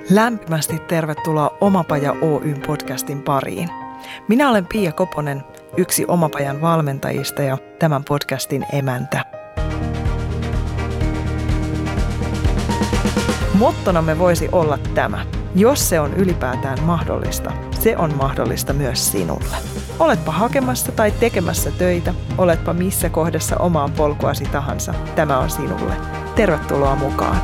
Lämpimästi tervetuloa Omapaja Oyn podcastin pariin. Minä olen Pia Koponen, yksi Omapajan valmentajista ja tämän podcastin emäntä. Mottonamme voisi olla tämä. Jos se on ylipäätään mahdollista, se on mahdollista myös sinulle. Oletpa hakemassa tai tekemässä töitä, oletpa missä kohdassa omaa polkuasi tahansa, tämä on sinulle. Tervetuloa mukaan.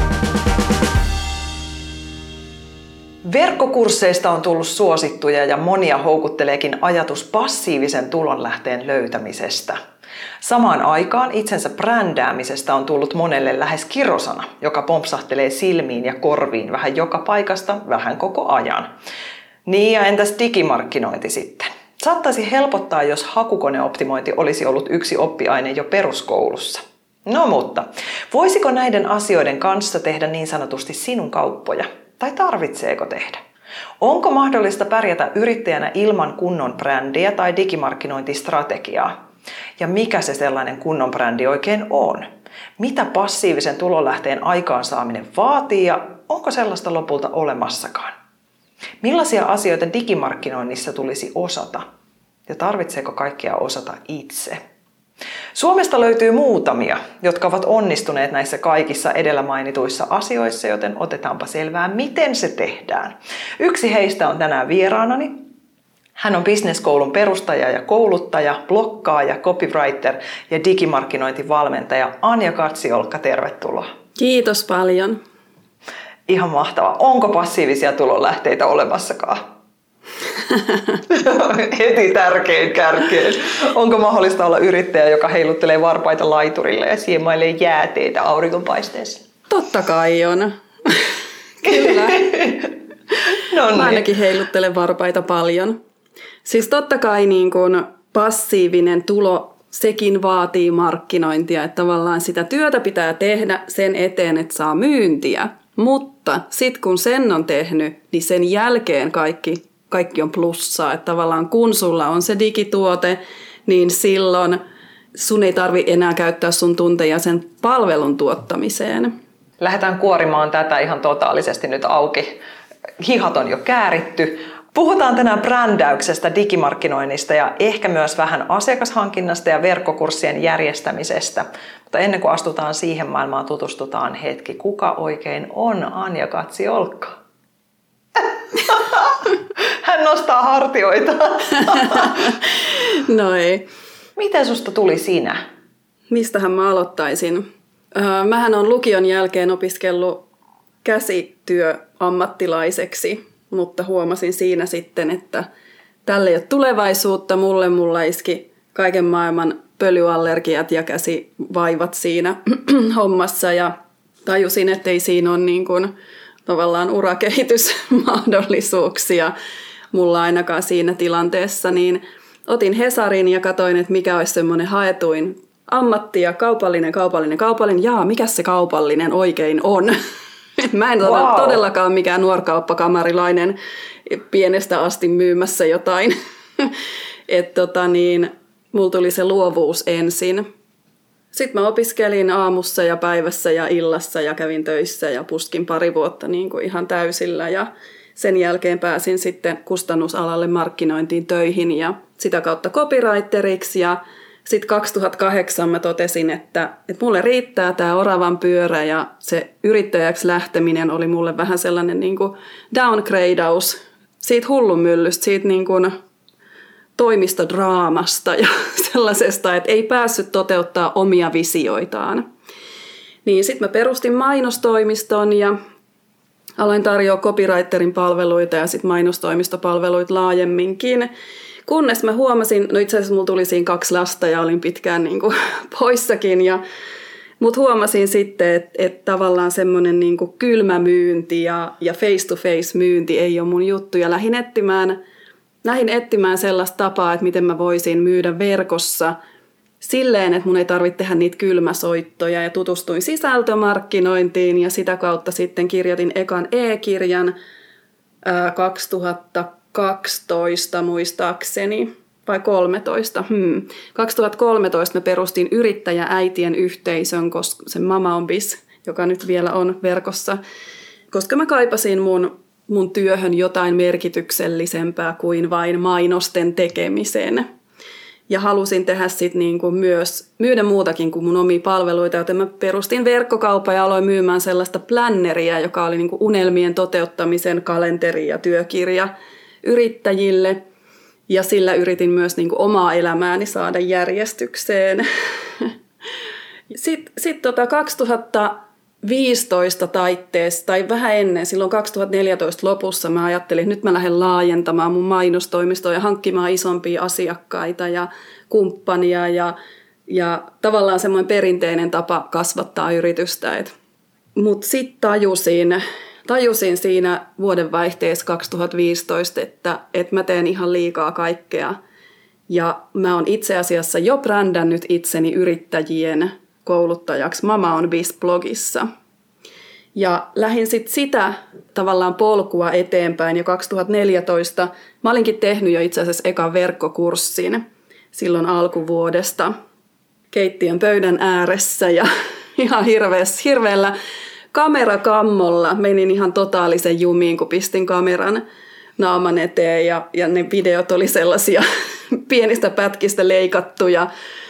Verkkokursseista on tullut suosittuja ja monia houkutteleekin ajatus passiivisen tulonlähteen löytämisestä. Samaan aikaan itsensä brändäämisestä on tullut monelle lähes kirosana, joka pompsahtelee silmiin ja korviin vähän joka paikasta, vähän koko ajan. Niin ja entäs digimarkkinointi sitten? Saattaisi helpottaa, jos hakukoneoptimointi olisi ollut yksi oppiaine jo peruskoulussa. No mutta, voisiko näiden asioiden kanssa tehdä niin sanotusti sinun kauppoja? Tai tarvitseeko tehdä? Onko mahdollista pärjätä yrittäjänä ilman kunnon brändiä tai digimarkkinointistrategiaa? Ja mikä se sellainen kunnon brändi oikein on? Mitä passiivisen tulonlähteen aikaansaaminen vaatii ja onko sellaista lopulta olemassakaan? Millaisia asioita digimarkkinoinnissa tulisi osata? Ja tarvitseeko kaikkia osata itse? Suomesta löytyy muutamia, jotka ovat onnistuneet näissä kaikissa edellä mainituissa asioissa, joten otetaanpa selvää, miten se tehdään. Yksi heistä on tänään vieraanani. Hän on businesskoulun perustaja ja kouluttaja, bloggaaja, copywriter ja digimarkkinointivalmentaja Anja Katsiolkka, tervetuloa. Kiitos paljon. Ihan mahtavaa. Onko passiivisia tulonlähteitä olemassakaan? Heti tärkein kärkeen. Onko mahdollista olla yrittäjä, joka heiluttelee varpaita laiturille ja siemailee jääteitä auringonpaisteessa? Totta kai on. Kyllä. No niin. Mä ainakin heiluttelen varpaita paljon. Siis totta kai niin kun passiivinen tulo, sekin vaatii markkinointia. Että tavallaan sitä työtä pitää tehdä sen eteen, että saa myyntiä. Mutta sitten kun sen on tehnyt, niin sen jälkeen kaikki on plussaa. Että tavallaan kun sulla on se digituote, niin silloin sun ei tarvitse enää käyttää sun tunteja sen palvelun tuottamiseen. Lähdetään kuorimaan tätä ihan totaalisesti nyt auki. Hihat on jo kääritty. Puhutaan tänään brändäyksestä, digimarkkinoinnista ja ehkä myös vähän asiakashankinnasta ja verkkokurssien järjestämisestä. Mutta ennen kuin astutaan siihen maailmaan, tutustutaan hetki. Kuka oikein on Anja Katsiolkka? Hän nostaa hartioita. No ei. Miten susta tuli sinä? Mistähän mä aloittaisin? Mähän olen lukion jälkeen opiskellut käsityöammattilaiseksi, mutta huomasin siinä sitten, että tälle ei ole tulevaisuutta. Mulla iski kaiken maailman pölyallergiat ja käsivaivat siinä hommassa ja tajusin, että ei siinä ole niin kuin tavallaan urakehitysmahdollisuuksia mulla ainakaan siinä tilanteessa, niin otin Hesarin ja katsoin, että mikä olisi semmoinen haetuin ammatti ja kaupallinen. Jaa, mikä se kaupallinen oikein on? Mä en ole todellakaan mikään nuorkauppakamarilainen pienestä asti myymässä jotain. Mulla tuli se luovuus ensin. Sitten mä opiskelin aamussa ja päivässä ja illassa ja kävin töissä ja puskin pari vuotta niin kuin ihan täysillä. Ja sen jälkeen pääsin sitten kustannusalalle markkinointiin töihin ja sitä kautta copywriteriksi. Ja sitten 2008 mä totesin, että mulle riittää tämä oravan pyörä ja se yrittäjäksi lähteminen oli mulle vähän sellainen niin kuin downgradeaus siitä hullunmyllystä, siitä niin kuin toimistodraamasta ja sellaisesta, että ei päässyt toteuttaa omia visioitaan. Niin sitten mä perustin mainostoimiston ja aloin tarjoa copywriterin palveluita ja sitten mainostoimistopalveluita laajemminkin. Kunnes mä huomasin, no itse asiassa mulla tuli siinä 2 lasta ja olin pitkään niin kuin poissakin. Mutta huomasin sitten, että tavallaan semmoinen niin kuin kylmä myynti ja face-to-face myynti ei ole mun juttu. Ja lähdin etsimään sellaista tapaa, että miten mä voisin myydä verkossa silleen, että mun ei tarvitse tehdä niitä kylmäsoittoja. Ja tutustuin sisältömarkkinointiin ja sitä kautta sitten kirjoitin ekan e-kirjan 2012 muistaakseni, vai 13. 2013 mä perustin yrittäjääitien yhteisön, koska se Mama on Biz, joka nyt vielä on verkossa. koska mä kaipasin mun työhön jotain merkityksellisempää kuin vain mainosten tekemisen. Ja halusin tehdä sitten niinku myös myydä muutakin kuin mun omia palveluita, joten mä perustin verkkokaupan ja aloin myymään sellaista planneria, joka oli niinku unelmien toteuttamisen kalenteri ja työkirja yrittäjille. Ja sillä yritin myös niinku omaa elämääni saada järjestykseen. Sitten 2015 taitteessa, tai vähän ennen, silloin 2014 lopussa mä ajattelin, että nyt mä lähden laajentamaan mun mainostoimistoa ja hankkimaan isompia asiakkaita ja kumppania ja tavallaan semmoinen perinteinen tapa kasvattaa yritystä. Mutta sitten tajusin siinä vuodenvaihteessa 2015, että mä teen ihan liikaa kaikkea. Ja mä oon itse asiassa jo brändännyt itseni yrittäjien kouluttajaksi Mama on Biz-blogissa. Ja lähdin sitten sitä tavallaan polkua eteenpäin jo 2014. Mä olinkin tehnyt jo itse asiassa ekan verkkokurssin silloin alkuvuodesta keittiön pöydän ääressä ja ihan hirveällä kamerakammolla menin ihan totaalisen jumiin, kun pistin kameran naaman eteen ja ne videot oli sellaisia pienistä pätkistä leikattuja,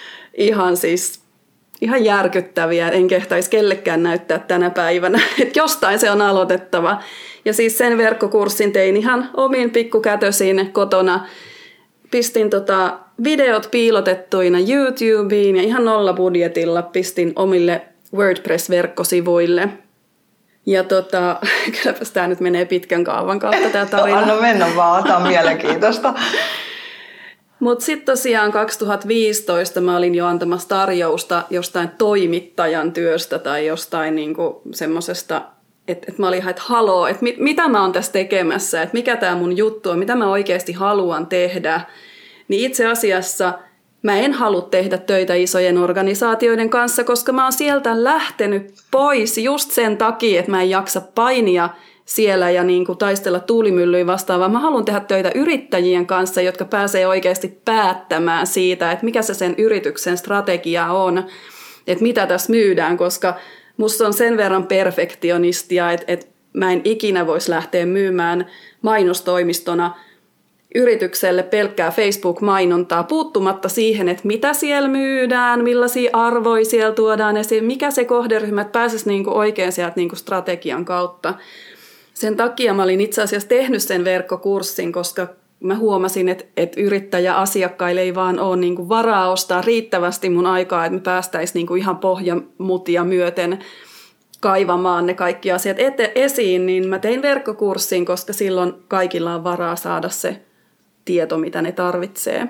ihan järkyttäviä. En kehtaisi kellekään näyttää tänä päivänä, että jostain se on aloitettava. Ja siis sen verkkokurssin tein ihan omin pikkukätösin kotona. Pistin videot piilotettuina YouTubeen ja ihan nollabudjetilla pistin omille WordPress-verkkosivuille. Ja kylläpäs tämä nyt menee pitkän kaavan kautta tämä tarina. Anna mennä vaan, tämä on mielenkiintoista. Mutta sitten tosiaan 2015 mä olin jo antamassa tarjousta jostain toimittajan työstä tai jostain niinku semmosesta, että mä olin ihan, että haloo, että mitä mä oon tässä tekemässä, että mikä tämä mun juttu on, mitä mä oikeasti haluan tehdä. Niin itse asiassa mä en halua tehdä töitä isojen organisaatioiden kanssa, koska mä oon sieltä lähtenyt pois just sen takia, että mä en jaksa painia siellä ja niin kuin taistella tuulimyllyä vastaan, vaan mä haluan tehdä töitä yrittäjien kanssa, jotka pääsee oikeasti päättämään siitä, että mikä se sen yrityksen strategia on, että mitä tässä myydään, koska musta on sen verran perfektionistia, että mä en ikinä voisi lähteä myymään mainostoimistona yritykselle pelkkää Facebook-mainontaa puuttumatta siihen, että mitä siellä myydään, millaisia arvoja siellä tuodaan esiin, mikä se kohderyhmä, että pääsisi niinku oikein sieltä niinku strategian kautta. Sen takia mä olin itse asiassa tehnyt sen verkkokurssin, koska mä huomasin, että yrittäjäasiakkaille ei vaan ole niinku varaa ostaa riittävästi mun aikaa, että me päästäisiin niinku ihan pohjamutia myöten kaivamaan ne kaikki asiat esiin, niin mä tein verkkokurssin, koska silloin kaikilla on varaa saada se tieto, mitä ne tarvitsee.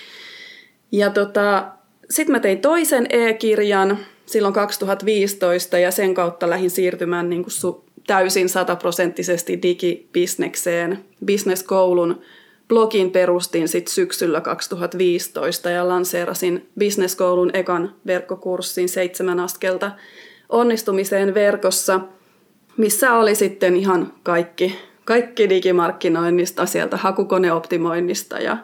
Ja sitten mä tein toisen e-kirjan silloin 2015 ja sen kautta lähdin siirtymään niin kuin täysin 100% digibisnekseen. Business-koulun blogin perustin sitten syksyllä 2015 ja lanseerasin Business-koulun ekan verkkokurssin 7 askelta onnistumiseen verkossa, missä oli sitten ihan kaikki digimarkkinoinnista, sieltä hakukoneoptimoinnista ja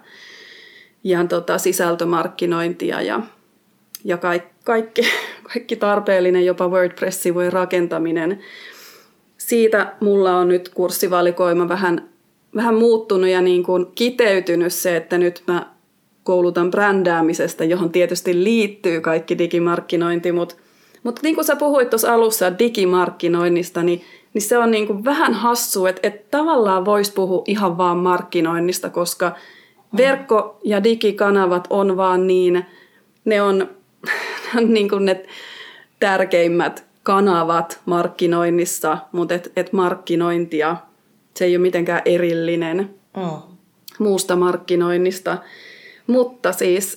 sisältömarkkinointia ja kaikki tarpeellinen, jopa WordPress-sivujen rakentaminen. Siitä mulla on nyt kurssivalikoima vähän muuttunut ja niin kuin kiteytynyt se, että nyt mä koulutan brändäämisestä, johon tietysti liittyy kaikki digimarkkinointi, mutta niin kuin sä puhuit tuossa alussa digimarkkinoinnista, niin se on niin kuin vähän hassu, että tavallaan voisi puhua ihan vaan markkinoinnista, koska verkko- ja digikanavat on vaan ne on niin kuin ne tärkeimmät kanavat markkinoinnissa, mutta et markkinointia, se ei ole mitenkään erillinen muusta markkinoinnista. Mutta siis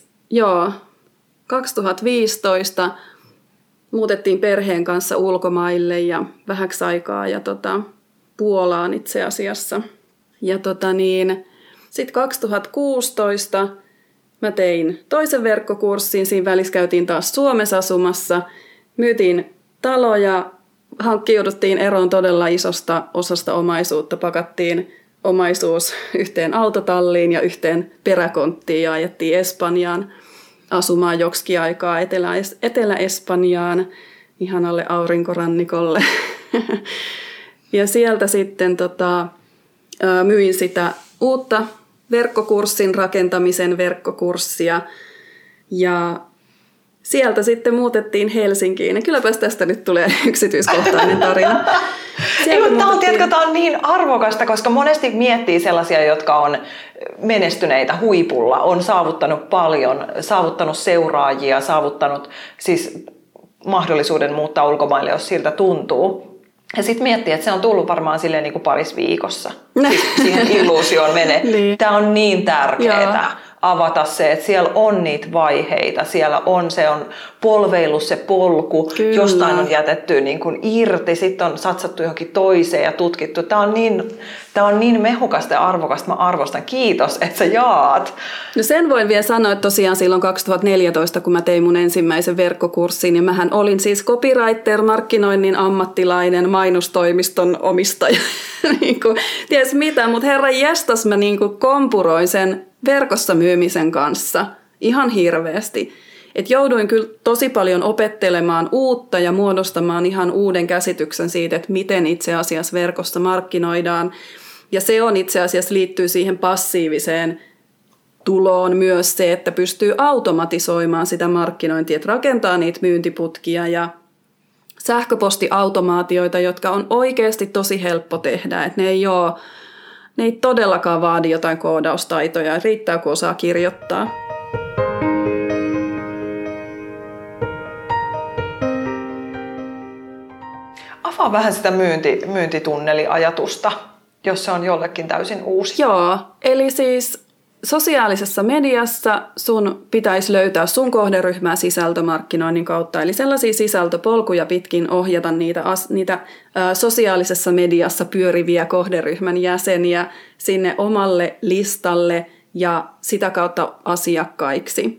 2015 muutettiin perheen kanssa ulkomaille ja vähäksi aikaa ja Puolaan itse asiassa. Ja sitten 2016 mä tein toisen verkkokurssin, siinä välissä käytiin taas Suomessa asumassa, myytiin taloja, hankkiuduttiin eroon todella isosta osasta omaisuutta, pakattiin omaisuus yhteen autotalliin ja yhteen peräkonttiin ja ajettiin Espanjaan asumaan joksikin aikaa Etelä-Espanjaan, ihanalle aurinkorannikolle. Ja sieltä sitten myin sitä uutta verkkokurssin rakentamisen verkkokurssia ja sieltä sitten muutettiin Helsinkiin. Ja kylläpäs tästä nyt tulee yksityiskohtainen tarina. Tämä on niin arvokasta, koska monesti miettii sellaisia, jotka on menestyneitä huipulla, on saavuttanut paljon, saavuttanut seuraajia, saavuttanut siis mahdollisuuden muuttaa ulkomaille, jos siltä tuntuu. Ja sitten miettii, että se on tullut varmaan silleen niin kuin parissa viikossa. Siis siihen illuusioon menee. Niin. Tämä on niin tärkeää avata se, että siellä on niitä vaiheita. Siellä on, se on polveillut se polku. Kyllä. Jostain on jätetty niin kuin irti, sitten on satsattu johonkin toiseen ja tutkittu. Tämä on niin mehukasta ja arvokasta. Mä arvostan. Kiitos, että sä jaat. No sen voin vielä sanoa, että tosiaan silloin 2014, kun mä tein mun ensimmäisen verkkokurssin, niin mähän olin siis copywriter, markkinoinnin ammattilainen, mainostoimiston omistaja. niin kuin, ties mitä, mutta herra jestas mä niin kuin kompuroin sen verkossa myymisen kanssa ihan hirveästi. Et jouduin kyllä tosi paljon opettelemaan uutta ja muodostamaan ihan uuden käsityksen siitä, että miten itse asiassa verkossa markkinoidaan. Ja se on itse asiassa liittyy siihen passiiviseen tuloon myös se, että pystyy automatisoimaan sitä markkinointia, että rakentaa niitä myyntiputkia ja sähköpostiautomaatioita, jotka on oikeasti tosi helppo tehdä. Että ne ei todellakaan vaadi jotain koodaustaitoja, riittää kun osaa kirjoittaa. Avaa vähän sitä myyntitunneliajatusta, jos se on jollekin täysin uusi. Joo, eli siis sosiaalisessa mediassa sun pitäisi löytää sun kohderyhmää sisältömarkkinoinnin kautta, eli sellaisia sisältöpolkuja pitkin ohjata niitä sosiaalisessa mediassa pyöriviä kohderyhmän jäseniä sinne omalle listalle ja sitä kautta asiakkaiksi.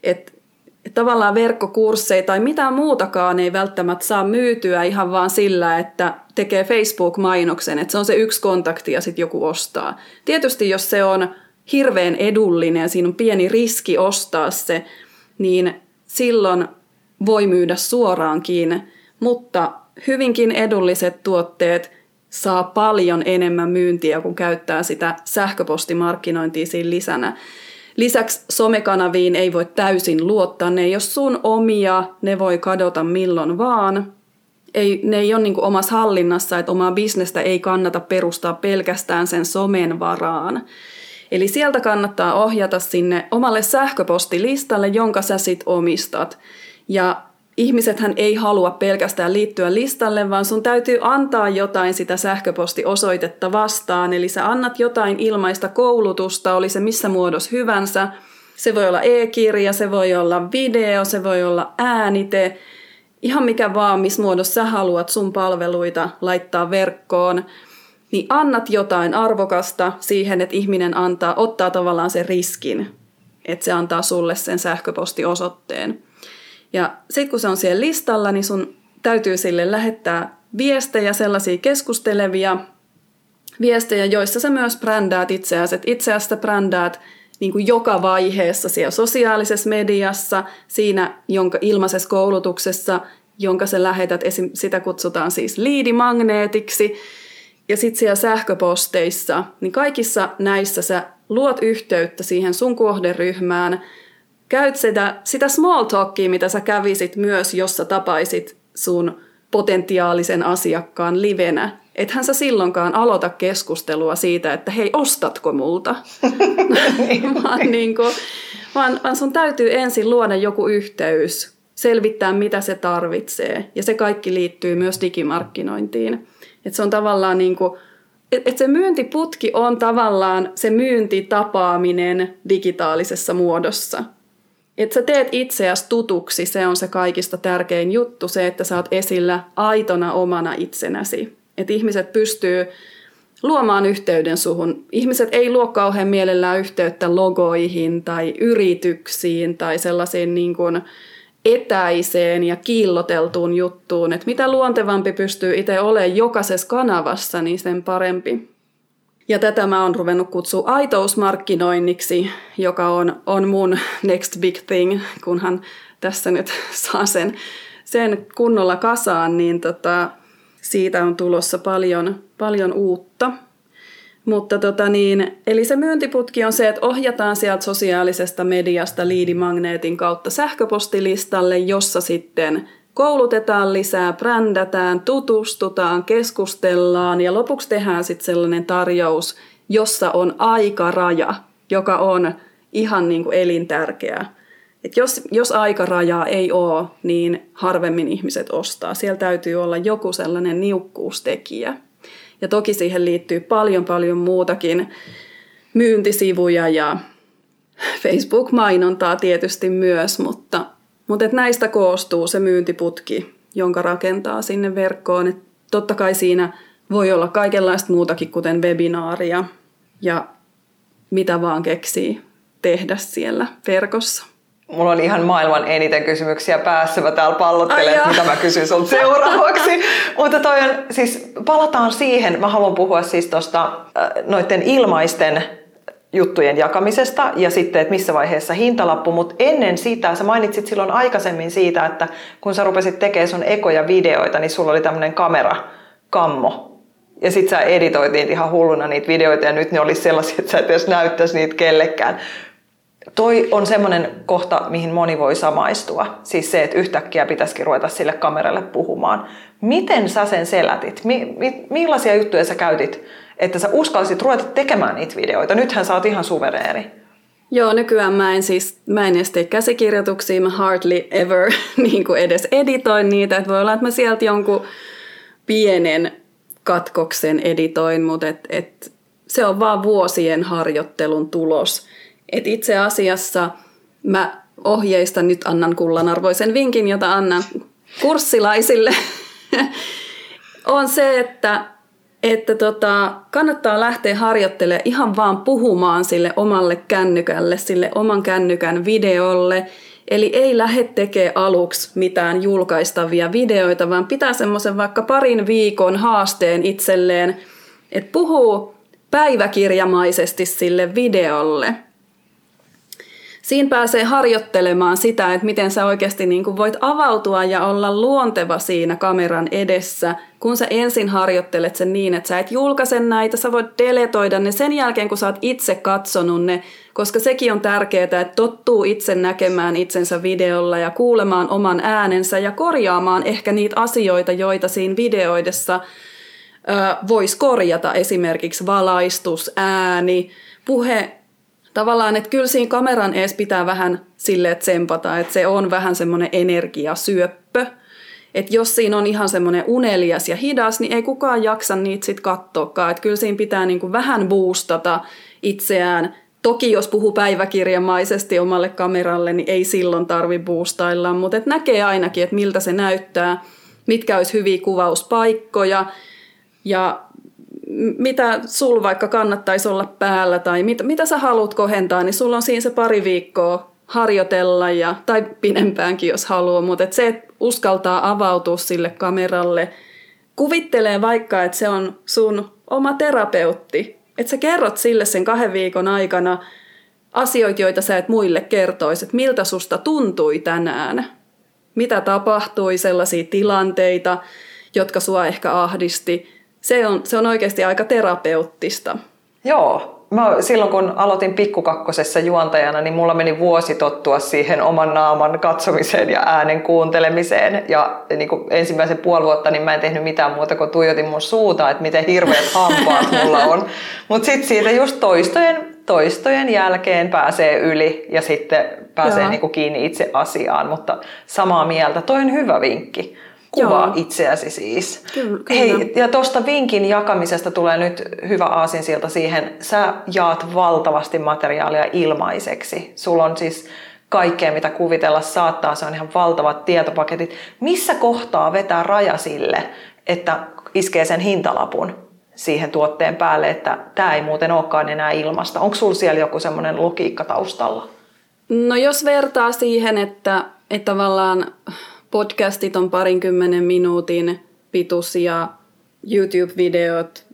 Tavallaan verkkokursseja tai mitään muutakaan ei välttämättä saa myytyä ihan vaan sillä, että tekee Facebook-mainoksen, että se on se yksi kontakti ja sitten joku ostaa. Tietysti jos se on hirveän edullinen ja siinä on pieni riski ostaa se, niin silloin voi myydä suoraankin, mutta hyvinkin edulliset tuotteet saa paljon enemmän myyntiä, kun käyttää sitä sähköpostimarkkinointia siinä lisänä. Lisäksi somekanaviin ei voi täysin luottaa, ne ei ole sun omia, ne voi kadota milloin vaan. Ne ei ole niin kuin omassa hallinnassa, että omaa bisnestä ei kannata perustaa pelkästään sen somen varaan. Eli sieltä kannattaa ohjata sinne omalle sähköpostilistalle, jonka sä sit omistat. Ja ihmisethän ei halua pelkästään liittyä listalle, vaan sun täytyy antaa jotain sitä sähköpostiosoitetta vastaan. Eli sä annat jotain ilmaista koulutusta, oli se missä muodossa hyvänsä. Se voi olla e-kirja, se voi olla video, se voi olla äänite. Ihan mikä vaan, missä muodossa sä haluat sun palveluita laittaa verkkoon. Niin annat jotain arvokasta siihen, että ihminen ottaa tavallaan sen riskin, että se antaa sulle sen sähköpostiosoitteen. Ja sitten kun se on siellä listalla, niin sun täytyy sille lähettää viestejä, sellaisia keskustelevia viestejä, joissa sä myös brändäät itseäsi. Että itse asiassa brändäät niin kuin joka vaiheessa siellä sosiaalisessa mediassa, siinä jonka ilmaisessa koulutuksessa, jonka sä lähetät, sitä kutsutaan siis liidimagneetiksi. Ja sitten siellä sähköposteissa, niin kaikissa näissä sä luot yhteyttä siihen sun kohderyhmään, käyt sitä small talkia, mitä sä kävisit myös, jos sä tapaisit sun potentiaalisen asiakkaan livenä. Ethän sä silloinkaan aloita keskustelua siitä, että hei, ostatko multa? vaan sun täytyy ensin luoda joku yhteys, selvittää mitä se tarvitsee. Ja se kaikki liittyy myös digimarkkinointiin. Että se on tavallaan niin kuin, että se myyntiputki on tavallaan se myyntitapaaminen digitaalisessa muodossa. Että sä teet itseäsi tutuksi, se on se kaikista tärkein juttu, se, että sä oot esillä aitona omana itsenäsi. Että ihmiset pystyy luomaan yhteyden suhun. Ihmiset ei luo kauhean mielellään yhteyttä logoihin tai yrityksiin tai sellaisiin niin kuin etäiseen ja kiilloteltuun juttuun, että mitä luontevampi pystyy itse olemaan jokaisessa kanavassa, niin sen parempi. Ja tätä mä oon ruvennut kutsua aitousmarkkinoinniksi, joka on mun next big thing, kunhan tässä nyt saa sen kunnolla kasaan, niin siitä on tulossa paljon uutta. Mutta eli se myyntiputki on se, että ohjataan sieltä sosiaalisesta mediasta liidimagneetin kautta sähköpostilistalle, jossa sitten koulutetaan lisää, brändätään, tutustutaan, keskustellaan ja lopuksi tehdään sitten sellainen tarjous, jossa on aikaraja, joka on ihan niin kuin elintärkeä. Et jos aikarajaa ei ole, niin harvemmin ihmiset ostaa. Siellä täytyy olla joku sellainen niukkuustekijä. Ja toki siihen liittyy paljon muutakin myyntisivuja ja Facebook-mainontaa tietysti myös, mutta et näistä koostuu se myyntiputki, jonka rakentaa sinne verkkoon. Et totta kai siinä voi olla kaikenlaista muutakin, kuten webinaaria ja mitä vaan keksii tehdä siellä verkossa. Mulla on ihan maailman eniten kysymyksiä päässä. Mä täällä pallottelen, että mitä mä kysyn sulta seuraavaksi. Mutta siis palataan siihen. Mä haluan puhua siis tuosta noiden ilmaisten juttujen jakamisesta ja sitten, että missä vaiheessa hintalappu. Mutta ennen sitä, sä mainitsit silloin aikaisemmin siitä, että kun sä rupesit tekemään sun ekoja videoita, niin sulla oli tämmöinen kammo. Ja sit sä editoitiin ihan hulluna niitä videoita ja nyt ne olisi sellaisia, että sä et edes näyttäisi niitä kellekään. Toi on semmoinen kohta, mihin moni voi samaistua. Siis se, että yhtäkkiä pitäisikin ruveta sille kameralle puhumaan. Miten sä sen selätit? Millaisia juttuja sä käytit, että sä uskallisit ruveta tekemään niitä videoita? Nythän sä oot ihan suvereeni. Joo, nykyään mä en edes tee käsikirjoituksia, mä hardly ever niin kuin edes editoin niitä. Et voi olla, että mä sieltä jonkun pienen katkoksen editoin, mutta se on vaan vuosien harjoittelun tulos. Et itse asiassa mä ohjeistan, nyt annan kullanarvoisen vinkin, jota annan kurssilaisille, on se, että kannattaa lähteä harjoittelemaan ihan vaan puhumaan sille omalle kännykälle, sille oman kännykän videolle. Eli ei lähde tekemään aluksi mitään julkaistavia videoita, vaan pitää semmoisen vaikka parin viikon haasteen itselleen, että puhuu päiväkirjamaisesti sille videolle. Siinä pääsee harjoittelemaan sitä, että miten sä oikeasti niin kuin voit avautua ja olla luonteva siinä kameran edessä, kun sä ensin harjoittelet sen niin, että sä et julkaise näitä, sä voit deletoida ne sen jälkeen, kun sä oot itse katsonut ne, koska sekin on tärkeää, että tottuu itse näkemään itsensä videolla ja kuulemaan oman äänensä ja korjaamaan ehkä niitä asioita, joita siinä videoidessa voisi korjata, esimerkiksi valaistus, ääni, puhe. Tavallaan, että kyllä siinä kameran ees pitää vähän silleen tsempata, että se on vähän semmoinen energiasyöppö. Että jos siinä on ihan semmoinen unelias ja hidas, niin ei kukaan jaksa niitä sitten katsoakaan. Että kyllä siinä pitää niinku vähän boostata itseään. Toki jos puhuu päiväkirjamaisesti omalle kameralle, niin ei silloin tarvi boostailla. Mutta näkee ainakin, että miltä se näyttää, mitkä olisi hyviä kuvauspaikkoja ja mitä sul vaikka kannattaisi olla päällä tai mitä sä haluat kohentaa, niin sulla on siinä se pari viikkoa harjoitella tai pidempäänkin, jos haluaa. Mutta se, että uskaltaa avautua sille kameralle, kuvittelee vaikka, että se on sun oma terapeutti. Että sä kerrot sille sen 2 viikon aikana asioita, joita sä et muille kertoisi, että miltä susta tuntui tänään. Mitä tapahtui, sellaisia tilanteita, jotka sua ehkä ahdisti. Se on oikeasti aika terapeuttista. Joo. Silloin kun aloitin Pikkukakkosessa juontajana, niin mulla meni vuosi tottua siihen oman naaman katsomiseen ja äänen kuuntelemiseen. Ja niin kuin ensimmäisen puoli vuotta niin mä en tehnyt mitään muuta kuin tuijotin mun suuta, että miten hirveät hampaat mulla on. Mutta sitten siitä just toistojen jälkeen pääsee yli ja sitten pääsee niin kuin kiinni itse asiaan. Mutta samaa mieltä, toi on hyvä vinkki. Kuvaa itseäsi siis. Kyllä. Hei, ja tuosta vinkin jakamisesta tulee nyt hyvä aasinsilta siihen. Sä jaat valtavasti materiaalia ilmaiseksi. Sulla on siis kaikkea, mitä kuvitella saattaa. Se on ihan valtavat tietopaketit. Missä kohtaa vetää raja sille, että iskee sen hintalapun siihen tuotteen päälle, että tämä ei muuten olekaan enää ilmasta? Onko sulla siellä joku semmoinen logiikka taustalla? No jos vertaa siihen, että tavallaan podcastit on 20 minuutin pituisia, YouTube-videot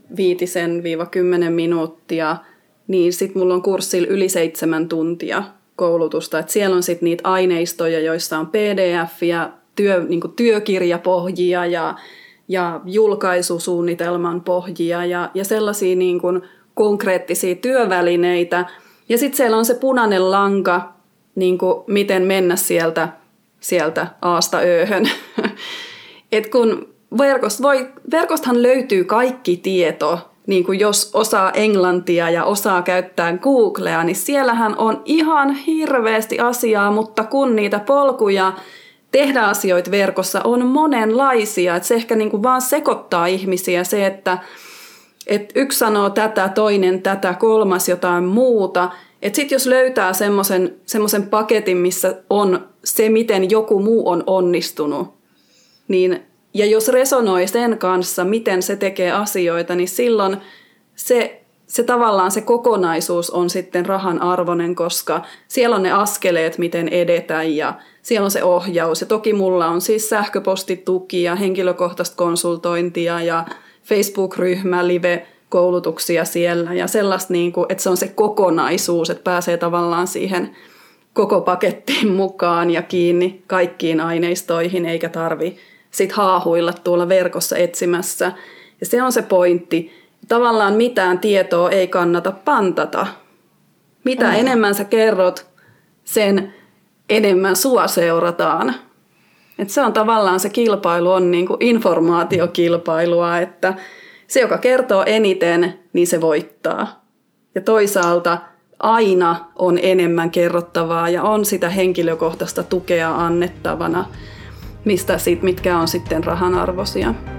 5-10 minuuttia, niin sitten mulla on kurssilla yli 7 tuntia koulutusta. Et siellä on sitten niitä aineistoja, joissa on PDF ja työkirjapohjia ja julkaisusuunnitelman pohjia ja sellaisia niin kuin konkreettisia työvälineitä. Ja sitten siellä on se punainen lanka, niin kuin miten mennä sieltä A:sta Ö:hön. Et kun verkostahan löytyy kaikki tieto, niin kuin jos osaa englantia ja osaa käyttää Googlea, niin siellähän on ihan hirveästi asiaa, mutta kun niitä polkuja tehdä asioita verkossa on monenlaisia, että se ehkä niin kuin vaan sekoittaa ihmisiä se, että yksi sanoo tätä, toinen tätä, kolmas jotain muuta. Että sitten jos löytää semmoisen paketin, missä on se, miten joku muu on onnistunut, niin, ja jos resonoi sen kanssa, miten se tekee asioita, niin silloin se tavallaan se kokonaisuus on sitten rahan arvoinen, koska siellä on ne askeleet, miten edetä ja siellä on se ohjaus. Ja toki mulla on siis sähköpostituki ja henkilökohtaista konsultointia ja Facebook-ryhmä, live-koulutuksia siellä ja sellaista, että se on se kokonaisuus, että pääsee tavallaan siihen koko pakettiin mukaan ja kiinni kaikkiin aineistoihin, eikä tarvi sit haahuilla tuolla verkossa etsimässä. Ja se on se pointti. Tavallaan mitään tietoa ei kannata pantata. Mitä enemmän sä kerrot, sen enemmän sua seurataan. Et se on tavallaan se kilpailu on niin kuin informaatiokilpailua, että se, joka kertoo eniten, niin se voittaa. Ja toisaalta aina on enemmän kerrottavaa ja on sitä henkilökohtaista tukea annettavana, mitkä on sitten rahanarvoisia.